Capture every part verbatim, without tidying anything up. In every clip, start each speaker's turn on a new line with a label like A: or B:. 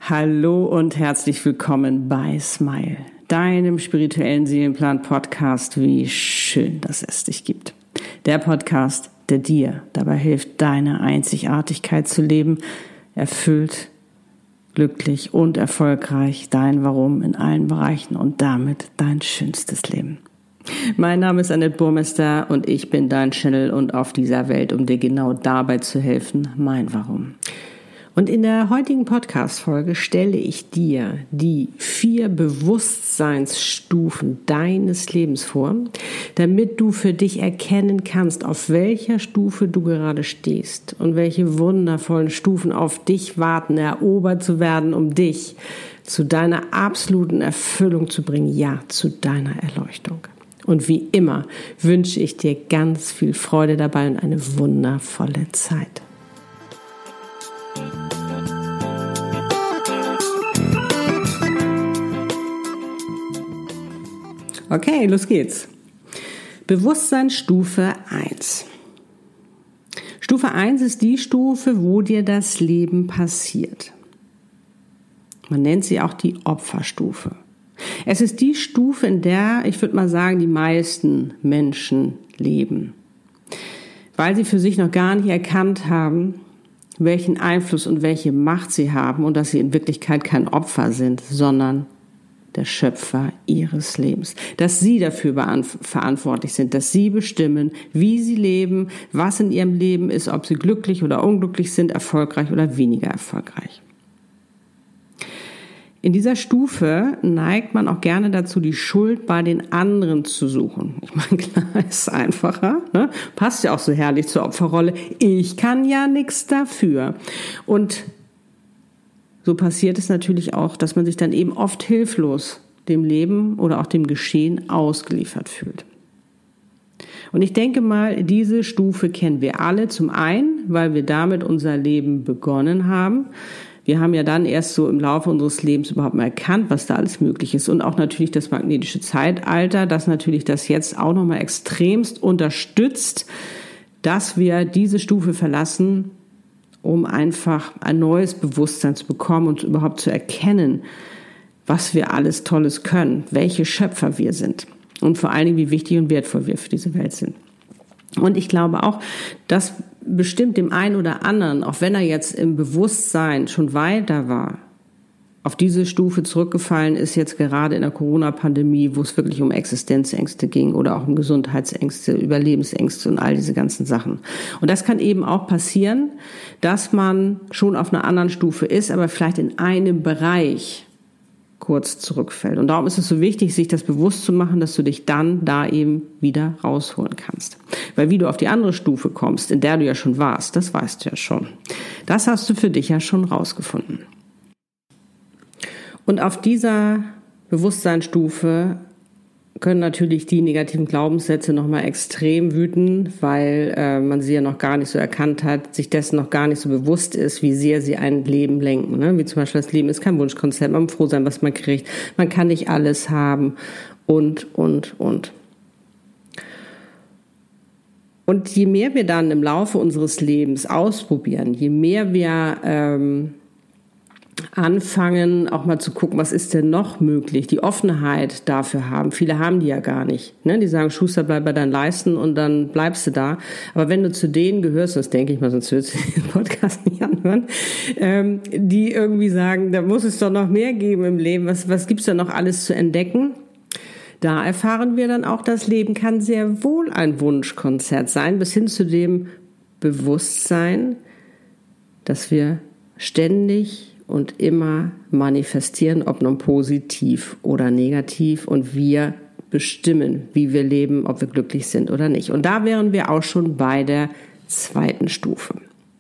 A: Hallo und herzlich willkommen bei Smile, deinem spirituellen Seelenplan-Podcast. Wie schön, dass es dich gibt. Der Podcast, der dir dabei hilft, deine Einzigartigkeit zu leben, erfüllt, glücklich und erfolgreich dein Warum in allen Bereichen und damit dein schönstes Leben. Mein Name ist Annette Burmester und ich bin dein Channel und auf dieser Welt, um dir genau dabei zu helfen, mein Warum. Und in der heutigen Podcast-Folge stelle ich dir die vier Bewusstseinsstufen deines Lebens vor, damit du für dich erkennen kannst, auf welcher Stufe du gerade stehst und welche wundervollen Stufen auf dich warten, erobert zu werden, um dich zu deiner absoluten Erfüllung zu bringen, ja, zu deiner Erleuchtung. Und wie immer wünsche ich dir ganz viel Freude dabei und eine wundervolle Zeit. Okay, los geht's. Bewusstseinsstufe eins. Stufe eins ist die Stufe, wo dir das Leben passiert. Man nennt sie auch die Opferstufe. Es ist die Stufe, in der, ich würde mal sagen, die meisten Menschen leben, weil sie für sich noch gar nicht erkannt haben, welchen Einfluss und welche Macht sie haben und dass sie in Wirklichkeit kein Opfer sind, sondern der Schöpfer ihres Lebens. Dass sie dafür verantwortlich sind, dass sie bestimmen, wie sie leben, was in ihrem Leben ist, ob sie glücklich oder unglücklich sind, erfolgreich oder weniger erfolgreich. In dieser Stufe neigt man auch gerne dazu, die Schuld bei den anderen zu suchen. Ich meine, klar, ist einfacher, ne? Passt ja auch so herrlich zur Opferrolle. Ich kann ja nichts dafür. Und so passiert es natürlich auch, dass man sich dann eben oft hilflos dem Leben oder auch dem Geschehen ausgeliefert fühlt. Und ich denke mal, diese Stufe kennen wir alle. Zum einen, weil wir damit unser Leben begonnen haben. Wir haben ja dann erst so im Laufe unseres Lebens überhaupt mal erkannt, was da alles möglich ist. Und auch natürlich das magnetische Zeitalter, das natürlich das jetzt auch nochmal extremst unterstützt, dass wir diese Stufe verlassen, um einfach ein neues Bewusstsein zu bekommen und überhaupt zu erkennen, was wir alles Tolles können, welche Schöpfer wir sind und vor allen Dingen, wie wichtig und wertvoll wir für diese Welt sind. Und ich glaube auch, dass bestimmt dem einen oder anderen, auch wenn er jetzt im Bewusstsein schon weiter war, auf diese Stufe zurückgefallen ist, jetzt gerade in der Corona-Pandemie, wo es wirklich um Existenzängste ging oder auch um Gesundheitsängste, Überlebensängste und all diese ganzen Sachen. Und das kann eben auch passieren, dass man schon auf einer anderen Stufe ist, aber vielleicht in einem Bereich kurz zurückfällt. Und darum ist es so wichtig, sich das bewusst zu machen, dass du dich dann da eben wieder rausholen kannst. Weil wie du auf die andere Stufe kommst, in der du ja schon warst, das weißt du ja schon. Das hast du für dich ja schon rausgefunden. Und auf dieser Bewusstseinsstufe können natürlich die negativen Glaubenssätze nochmal extrem wüten, weil äh, man sie ja noch gar nicht so erkannt hat, sich dessen noch gar nicht so bewusst ist, wie sehr sie ein Leben lenken. Ne? Wie zum Beispiel, das Leben ist kein Wunschkonzert, man muss froh sein, was man kriegt, man kann nicht alles haben und, und, und. Und je mehr wir dann im Laufe unseres Lebens ausprobieren, je mehr wir ähm, anfangen, auch mal zu gucken, was ist denn noch möglich, die Offenheit dafür haben. Viele haben die ja gar nicht. Ne? Die sagen, Schuster, bleib bei deinen Leisten und dann bleibst du da. Aber wenn du zu denen gehörst, das denke ich mal, sonst würdest du den Podcast nicht anhören, ähm, die irgendwie sagen, da muss es doch noch mehr geben im Leben, was, was gibt's da noch alles zu entdecken? Da erfahren wir dann auch, das Leben kann sehr wohl ein Wunschkonzert sein, bis hin zu dem Bewusstsein, dass wir ständig und immer manifestieren, ob nun positiv oder negativ, und wir bestimmen, wie wir leben, ob wir glücklich sind oder nicht. Und da wären wir auch schon bei der zweiten Stufe.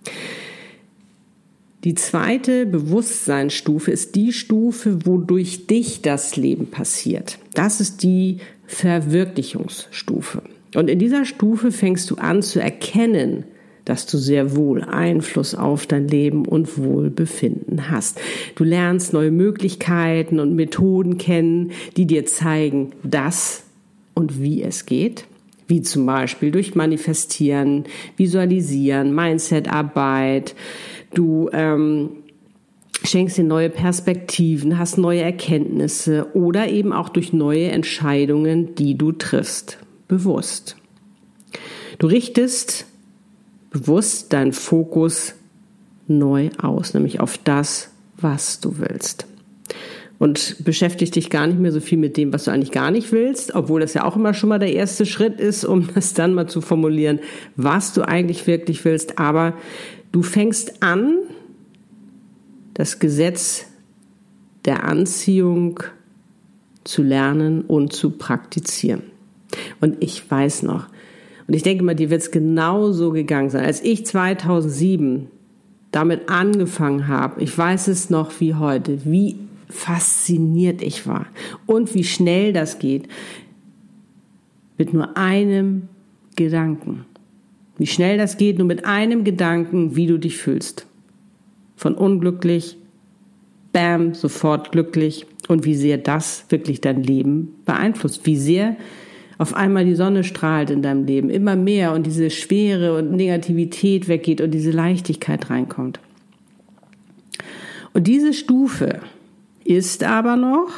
A: Die zweite Bewusstseinsstufe ist die Stufe, wo durch dich das Leben passiert. Das ist die Verwirklichungsstufe. Und in dieser Stufe fängst du an zu erkennen, dass du sehr wohl Einfluss auf dein Leben und Wohlbefinden hast. Du lernst neue Möglichkeiten und Methoden kennen, die dir zeigen, dass und wie es geht. Wie zum Beispiel durch Manifestieren, Visualisieren, Mindsetarbeit. Du ähm, schenkst dir neue Perspektiven, hast neue Erkenntnisse oder eben auch durch neue Entscheidungen, die du triffst, bewusst. Du richtest bewusst deinen Fokus neu aus, nämlich auf das, was du willst. Und beschäftigst dich gar nicht mehr so viel mit dem, was du eigentlich gar nicht willst, obwohl das ja auch immer schon mal der erste Schritt ist, um das dann mal zu formulieren, was du eigentlich wirklich willst. Aber du fängst an, das Gesetz der Anziehung zu lernen und zu praktizieren. Und ich weiß noch, und ich denke mal, dir wird es genauso gegangen sein, als ich zweitausendsieben damit angefangen habe, ich weiß es noch wie heute, wie fasziniert ich war und wie schnell das geht, mit nur einem Gedanken. Wie schnell das geht, nur mit einem Gedanken, wie du dich fühlst. Von unglücklich, bam, sofort glücklich und wie sehr das wirklich dein Leben beeinflusst. Wie sehr auf einmal die Sonne strahlt in deinem Leben, immer mehr und diese Schwere und Negativität weggeht und diese Leichtigkeit reinkommt. Und diese Stufe ist aber noch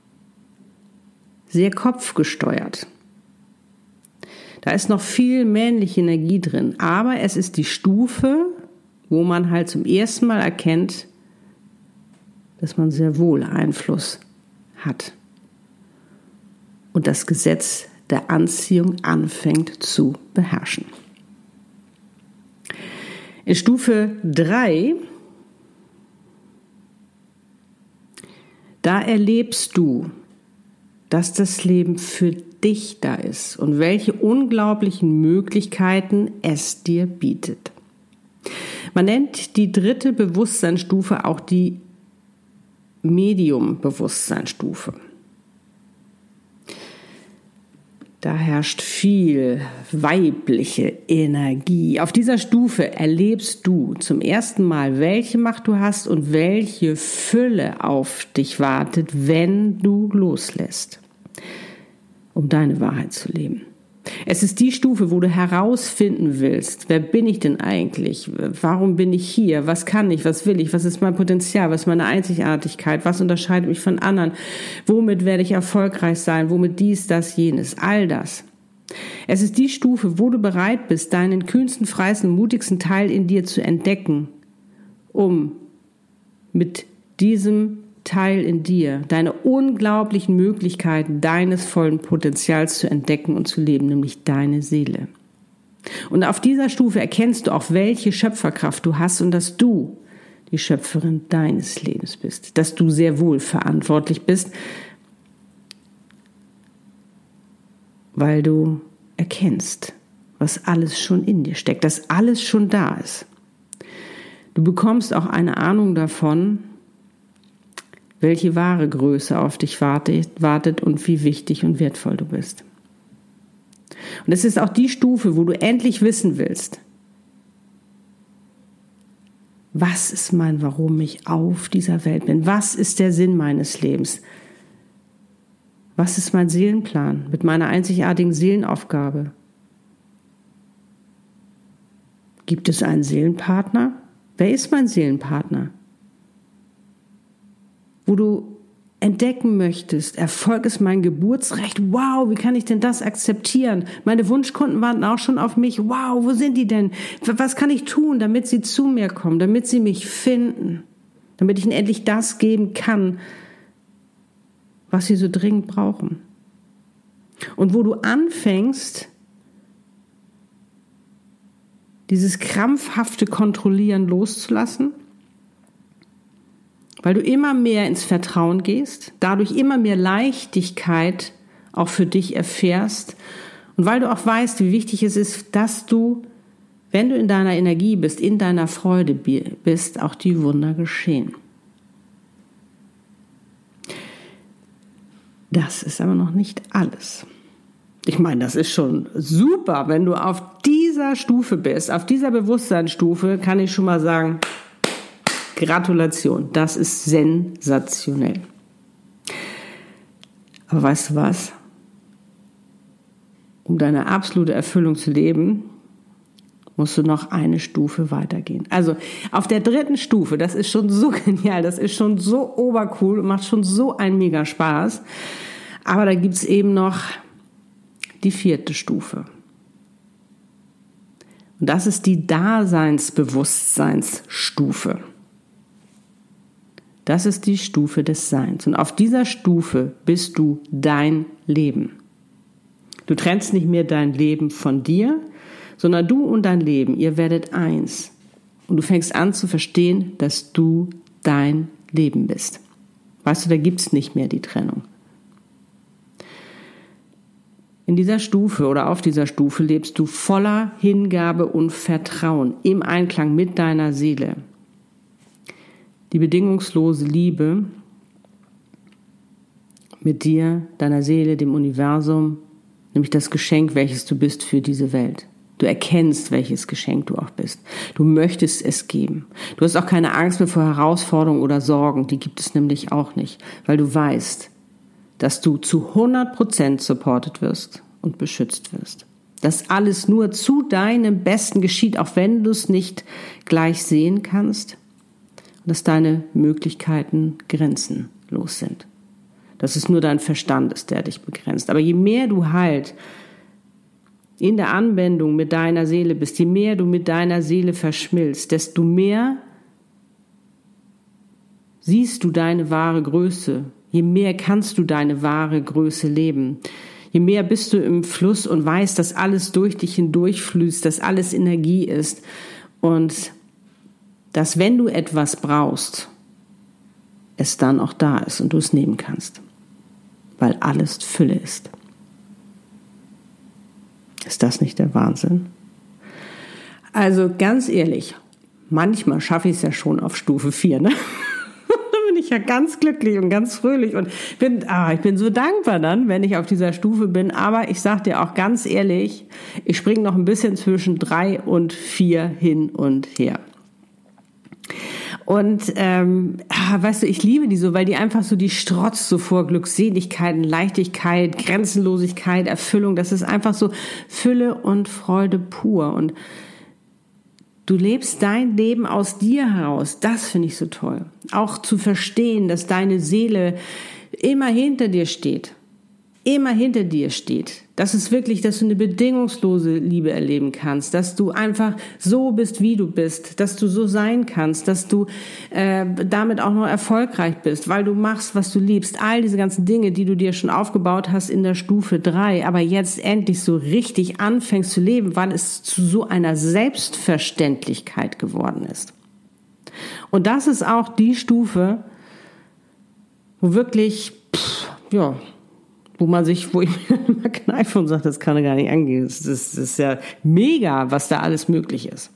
A: sehr kopfgesteuert. Da ist noch viel männliche Energie drin, aber es ist die Stufe, wo man halt zum ersten Mal erkennt, dass man sehr wohl Einfluss hat und das Gesetz der Anziehung anfängt zu beherrschen. In Stufe drei, da erlebst du, dass das Leben für dich da ist und welche unglaublichen Möglichkeiten es dir bietet. Man nennt die dritte Bewusstseinsstufe auch die Medium-Bewusstseinsstufe. Da herrscht viel weibliche Energie. Auf dieser Stufe erlebst du zum ersten Mal, welche Macht du hast und welche Fülle auf dich wartet, wenn du loslässt, um deine Wahrheit zu leben. Es ist die Stufe, wo du herausfinden willst, wer bin ich denn eigentlich? Warum bin ich hier? Was kann ich? Was will ich? Was ist mein Potenzial? Was ist meine Einzigartigkeit? Was unterscheidet mich von anderen? Womit werde ich erfolgreich sein? Womit dies, das, jenes? All das. Es ist die Stufe, wo du bereit bist, deinen kühnsten, freisten, mutigsten Teil in dir zu entdecken, um mit diesem Teil in dir deine unglaublichen Möglichkeiten deines vollen Potenzials zu entdecken und zu leben, nämlich deine Seele. Und auf dieser Stufe erkennst du auch, welche Schöpferkraft du hast und dass du die Schöpferin deines Lebens bist, dass du sehr wohl verantwortlich bist, weil du erkennst, was alles schon in dir steckt, dass alles schon da ist. Du bekommst auch eine Ahnung davon, welche wahre Größe auf dich wartet und wie wichtig und wertvoll du bist. Und es ist auch die Stufe, wo du endlich wissen willst, was ist mein Warum ich auf dieser Welt bin? Was ist der Sinn meines Lebens? Was ist mein Seelenplan mit meiner einzigartigen Seelenaufgabe? Gibt es einen Seelenpartner? Wer ist mein Seelenpartner? Wo du entdecken möchtest, Erfolg ist mein Geburtsrecht, wow, wie kann ich denn das akzeptieren? Meine Wunschkunden warten auch schon auf mich, wow, wo sind die denn? Was kann ich tun, damit sie zu mir kommen, damit sie mich finden, damit ich ihnen endlich das geben kann, was sie so dringend brauchen? Und wo du anfängst, dieses krampfhafte Kontrollieren loszulassen, weil du immer mehr ins Vertrauen gehst, dadurch immer mehr Leichtigkeit auch für dich erfährst und weil du auch weißt, wie wichtig es ist, dass du, wenn du in deiner Energie bist, in deiner Freude bist, auch die Wunder geschehen. Das ist aber noch nicht alles. Ich meine, das ist schon super, wenn du auf dieser Stufe bist, auf dieser Bewusstseinsstufe, kann ich schon mal sagen, Gratulation, das ist sensationell. Aber weißt du was? Um deine absolute Erfüllung zu leben, musst du noch eine Stufe weitergehen. Also auf der dritten Stufe, das ist schon so genial, das ist schon so obercool und macht schon so einen mega Spaß. Aber da gibt's eben noch die vierte Stufe. Und das ist die Daseinsbewusstseinsstufe. Das ist die Stufe des Seins. Und auf dieser Stufe bist du dein Leben. Du trennst nicht mehr dein Leben von dir, sondern du und dein Leben, ihr werdet eins. Und du fängst an zu verstehen, dass du dein Leben bist. Weißt du, da gibt's nicht mehr die Trennung. In dieser Stufe oder auf dieser Stufe lebst du voller Hingabe und Vertrauen im Einklang mit deiner Seele. Die bedingungslose Liebe mit dir, deiner Seele, dem Universum, nämlich das Geschenk, welches du bist für diese Welt. Du erkennst, welches Geschenk du auch bist. Du möchtest es geben. Du hast auch keine Angst mehr vor Herausforderungen oder Sorgen. Die gibt es nämlich auch nicht, weil du weißt, dass du zu hundert Prozent supported wirst und beschützt wirst. Dass alles nur zu deinem Besten geschieht, auch wenn du es nicht gleich sehen kannst. Und dass deine Möglichkeiten grenzenlos sind. Dass es nur dein Verstand ist, der dich begrenzt. Aber je mehr du halt in der Anwendung mit deiner Seele bist, je mehr du mit deiner Seele verschmilzt, desto mehr siehst du deine wahre Größe. Je mehr kannst du deine wahre Größe leben. Je mehr bist du im Fluss und weißt, dass alles durch dich hindurchfließt, dass alles Energie ist und dass, wenn du etwas brauchst, es dann auch da ist und du es nehmen kannst, weil alles Fülle ist. Ist das nicht der Wahnsinn? Also ganz ehrlich, manchmal schaffe ich es ja schon auf Stufe vier, ne? Da bin ich ja ganz glücklich und ganz fröhlich und bin, ah, ich bin so dankbar dann, wenn ich auf dieser Stufe bin. Aber ich sage dir auch ganz ehrlich, ich springe noch ein bisschen zwischen drei und vier hin und her. Und ähm, weißt du, ich liebe die so, weil die einfach so, die strotzt so vor Glückseligkeit, Leichtigkeit, Grenzenlosigkeit, Erfüllung. Das ist einfach so Fülle und Freude pur. Und du lebst dein Leben aus dir heraus. Das finde ich so toll. Auch zu verstehen, dass deine Seele immer hinter dir steht. Immer hinter dir steht. Das ist wirklich, dass du eine bedingungslose Liebe erleben kannst, dass du einfach so bist, wie du bist, dass du so sein kannst, dass du äh, damit auch noch erfolgreich bist, weil du machst, was du liebst. All diese ganzen Dinge, die du dir schon aufgebaut hast in der Stufe drei, aber jetzt endlich so richtig anfängst zu leben, weil es zu so einer Selbstverständlichkeit geworden ist. Und das ist auch die Stufe, wo wirklich, pff, ja, wo man sich, wo ich mir immer kneife und sage, das kann ja gar nicht angehen. Das ist, das ist ja mega, was da alles möglich ist.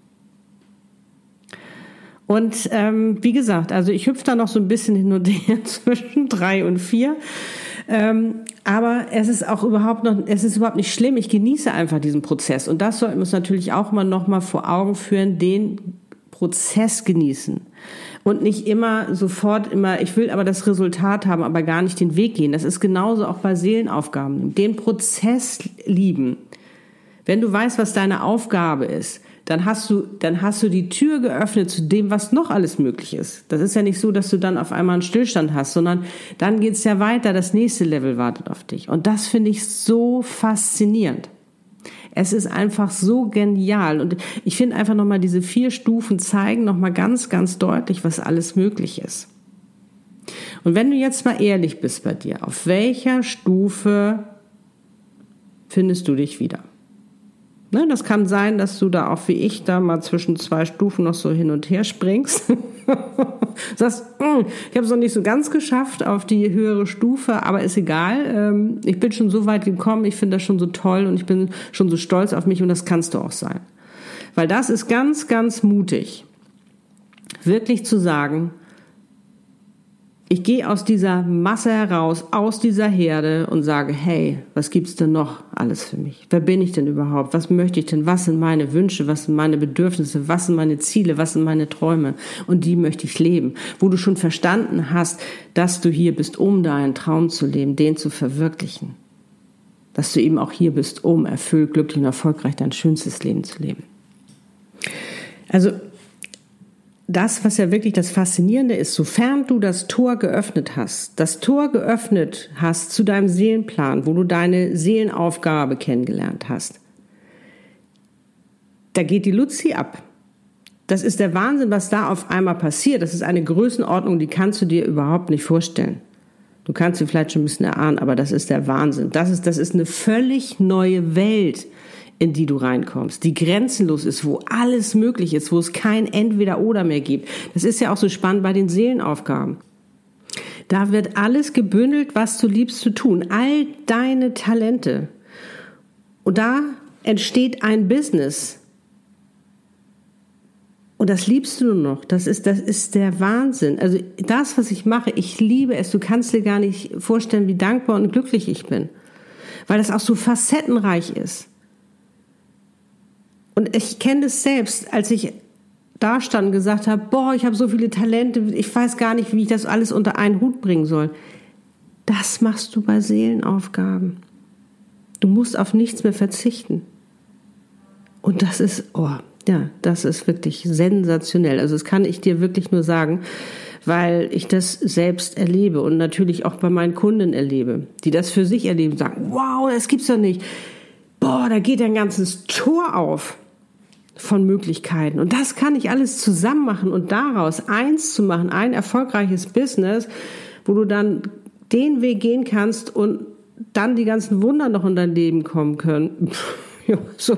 A: Und ähm, wie gesagt, also ich hüpfe da noch so ein bisschen hin und her zwischen drei und vier. Ähm, aber es ist auch überhaupt noch, es ist überhaupt nicht schlimm. Ich genieße einfach diesen Prozess. Und das sollten wir uns natürlich auch mal noch mal vor Augen führen, den Prozess genießen. Und nicht immer sofort immer, ich will aber das Resultat haben, aber gar nicht den Weg gehen. Das ist genauso auch bei Seelenaufgaben. Den Prozess lieben. Wenn du weißt, was deine Aufgabe ist, dann hast du, dann hast du die Tür geöffnet zu dem, was noch alles möglich ist. Das ist ja nicht so, dass du dann auf einmal einen Stillstand hast, sondern dann geht's ja weiter, das nächste Level wartet auf dich. Und das finde ich so faszinierend. Es ist einfach so genial und ich finde einfach nochmal, diese vier Stufen zeigen nochmal ganz, ganz deutlich, was alles möglich ist. Und wenn du jetzt mal ehrlich bist bei dir, auf welcher Stufe findest du dich wieder? Ne, das kann sein, dass du da auch wie ich da mal zwischen zwei Stufen noch so hin und her springst. Sagst, ich habe es noch nicht so ganz geschafft auf die höhere Stufe, aber ist egal. Ich bin schon so weit gekommen, ich finde das schon so toll und ich bin schon so stolz auf mich und das kannst du auch sein. Weil das ist ganz, ganz mutig, wirklich zu sagen, ich gehe aus dieser Masse heraus, aus dieser Herde und sage, hey, was gibt's denn noch alles für mich? Wer bin ich denn überhaupt? Was möchte ich denn? Was sind meine Wünsche? Was sind meine Bedürfnisse? Was sind meine Ziele? Was sind meine Träume? Und die möchte ich leben. Wo du schon verstanden hast, dass du hier bist, um deinen Traum zu leben, den zu verwirklichen. Dass du eben auch hier bist, um erfüllt, glücklich und erfolgreich dein schönstes Leben zu leben. Also das, was ja wirklich das Faszinierende ist, sofern du das Tor geöffnet hast, das Tor geöffnet hast zu deinem Seelenplan, wo du deine Seelenaufgabe kennengelernt hast, da geht die Luzi ab. Das ist der Wahnsinn, was da auf einmal passiert. Das ist eine Größenordnung, die kannst du dir überhaupt nicht vorstellen. Du kannst sie vielleicht schon ein bisschen erahnen, aber das ist der Wahnsinn. Das ist, das ist eine völlig neue Welt, in die du reinkommst, die grenzenlos ist, wo alles möglich ist, wo es kein Entweder-Oder mehr gibt. Das ist ja auch so spannend bei den Seelenaufgaben. Da wird alles gebündelt, was du liebst zu tun, all deine Talente. Und da entsteht ein Business. Und das liebst du nur noch. Das ist, das ist der Wahnsinn. Also das, was ich mache, ich liebe es. Du kannst dir gar nicht vorstellen, wie dankbar und glücklich ich bin. Weil das auch so facettenreich ist. Und ich kenne das selbst, als ich da stand und gesagt habe, boah, ich habe so viele Talente, ich weiß gar nicht, wie ich das alles unter einen Hut bringen soll. Das machst du bei Seelenaufgaben. Du musst auf nichts mehr verzichten. Und das ist, oh, ja, das ist wirklich sensationell. Also das kann ich dir wirklich nur sagen, weil ich das selbst erlebe und natürlich auch bei meinen Kunden erlebe, die das für sich erleben, sagen, wow, das gibt's doch nicht. Boah, da geht ein ganzes Tor auf von Möglichkeiten. Und das kann ich alles zusammen machen und daraus eins zu machen, ein erfolgreiches Business, wo du dann den Weg gehen kannst und dann die ganzen Wunder noch in dein Leben kommen können. Ja, so.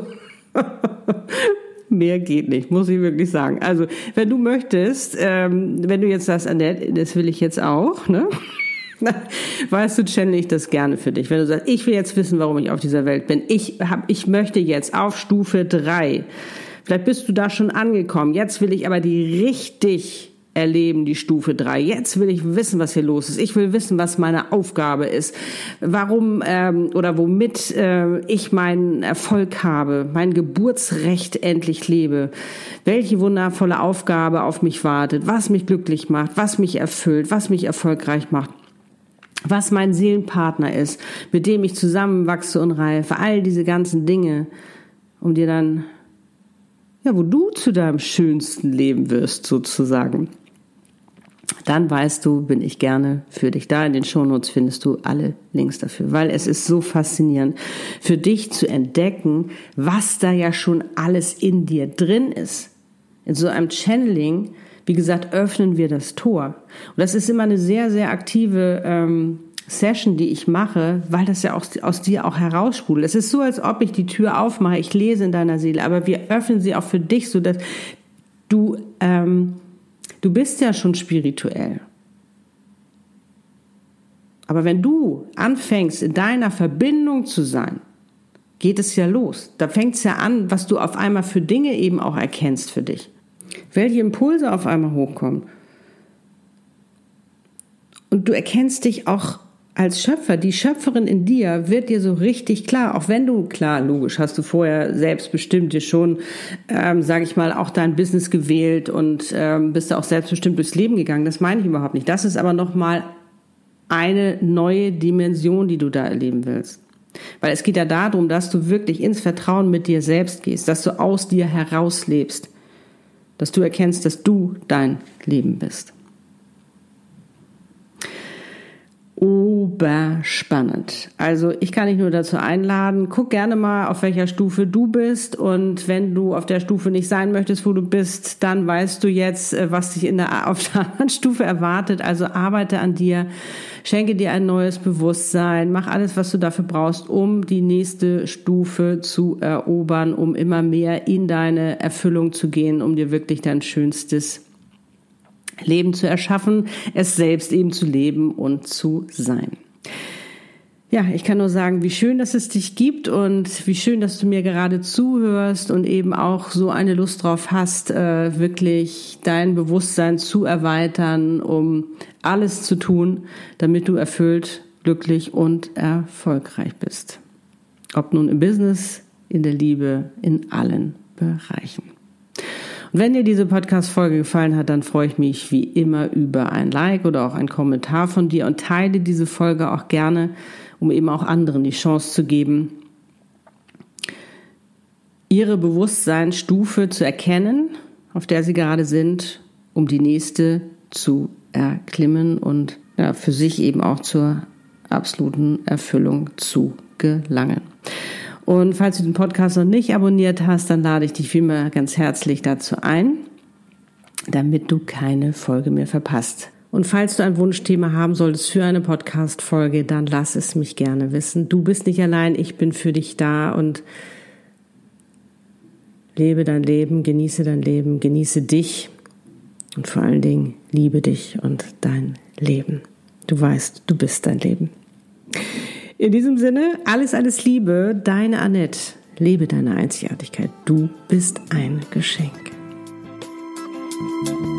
A: Mehr geht nicht, muss ich wirklich sagen. Also, wenn du möchtest, ähm, wenn du jetzt sagst, Annette, das will ich jetzt auch, ne? Weißt du, channel ich das gerne für dich. Wenn du sagst, ich will jetzt wissen, warum ich auf dieser Welt bin. Ich hab, ich möchte jetzt auf Stufe drei. Vielleicht bist du da schon angekommen. Jetzt will ich aber die richtig erleben, die Stufe drei. Jetzt will ich wissen, was hier los ist. Ich will wissen, was meine Aufgabe ist. Warum ähm, oder womit äh, ich meinen Erfolg habe, mein Geburtsrecht endlich lebe. Welche wundervolle Aufgabe auf mich wartet. Was mich glücklich macht, was mich erfüllt, was mich erfolgreich macht. Was mein Seelenpartner ist, mit dem ich zusammenwachse und reife, all diese ganzen Dinge, um dir dann, ja, wo du zu deinem schönsten Leben wirst, sozusagen. Dann weißt du, bin ich gerne für dich da. In den Shownotes findest du alle Links dafür, weil es ist so faszinierend, für dich zu entdecken, was da ja schon alles in dir drin ist. In so einem Channeling, wie gesagt, öffnen wir das Tor. Und das ist immer eine sehr, sehr aktive ähm, Session, die ich mache, weil das ja auch aus dir auch heraussprudelt. Es ist so, als ob ich die Tür aufmache, ich lese in deiner Seele, aber wir öffnen sie auch für dich, sodass du, ähm, du bist ja schon spirituell. Aber wenn du anfängst, in deiner Verbindung zu sein, geht es ja los. Da fängt es ja an, was du auf einmal für Dinge eben auch erkennst für dich. Welche Impulse auf einmal hochkommen. Und du erkennst dich auch als Schöpfer. Die Schöpferin in dir wird dir so richtig klar, auch wenn du, klar, logisch, hast du vorher selbstbestimmt dir schon, ähm, sage ich mal, auch dein Business gewählt und ähm, bist du auch selbstbestimmt durchs Leben gegangen. Das meine ich überhaupt nicht. Das ist aber nochmal eine neue Dimension, die du da erleben willst. Weil es geht ja darum, dass du wirklich ins Vertrauen mit dir selbst gehst, dass du aus dir heraus lebst. Dass du erkennst, dass du dein Leben bist. Oberspannend. Also ich kann dich nur dazu einladen, guck gerne mal, auf welcher Stufe du bist und wenn du auf der Stufe nicht sein möchtest, wo du bist, dann weißt du jetzt, was dich in der, auf der anderen Stufe erwartet. Also arbeite an dir, schenke dir ein neues Bewusstsein, mach alles, was du dafür brauchst, um die nächste Stufe zu erobern, um immer mehr in deine Erfüllung zu gehen, um dir wirklich dein schönstes Leben zu erschaffen, es selbst eben zu leben und zu sein. Ja, ich kann nur sagen, wie schön, dass es dich gibt und wie schön, dass du mir gerade zuhörst und eben auch so eine Lust drauf hast, äh, wirklich dein Bewusstsein zu erweitern, um alles zu tun, damit du erfüllt, glücklich und erfolgreich bist. Ob nun im Business, in der Liebe, in allen Bereichen. Und wenn dir diese Podcast-Folge gefallen hat, dann freue ich mich wie immer über ein Like oder auch einen Kommentar von dir und teile diese Folge auch gerne, um eben auch anderen die Chance zu geben, ihre Bewusstseinsstufe zu erkennen, auf der sie gerade sind, um die nächste zu erklimmen und ja, für sich eben auch zur absoluten Erfüllung zu gelangen. Und falls du den Podcast noch nicht abonniert hast, dann lade ich dich wie immer ganz herzlich dazu ein, damit du keine Folge mehr verpasst. Und falls du ein Wunschthema haben solltest für eine Podcast-Folge, dann lass es mich gerne wissen. Du bist nicht allein, ich bin für dich da und lebe dein Leben, genieße dein Leben, genieße dich und vor allen Dingen liebe dich und dein Leben. Du weißt, du bist dein Leben. In diesem Sinne, alles, alles Liebe, deine Annette. Lebe deine Einzigartigkeit. Du bist ein Geschenk.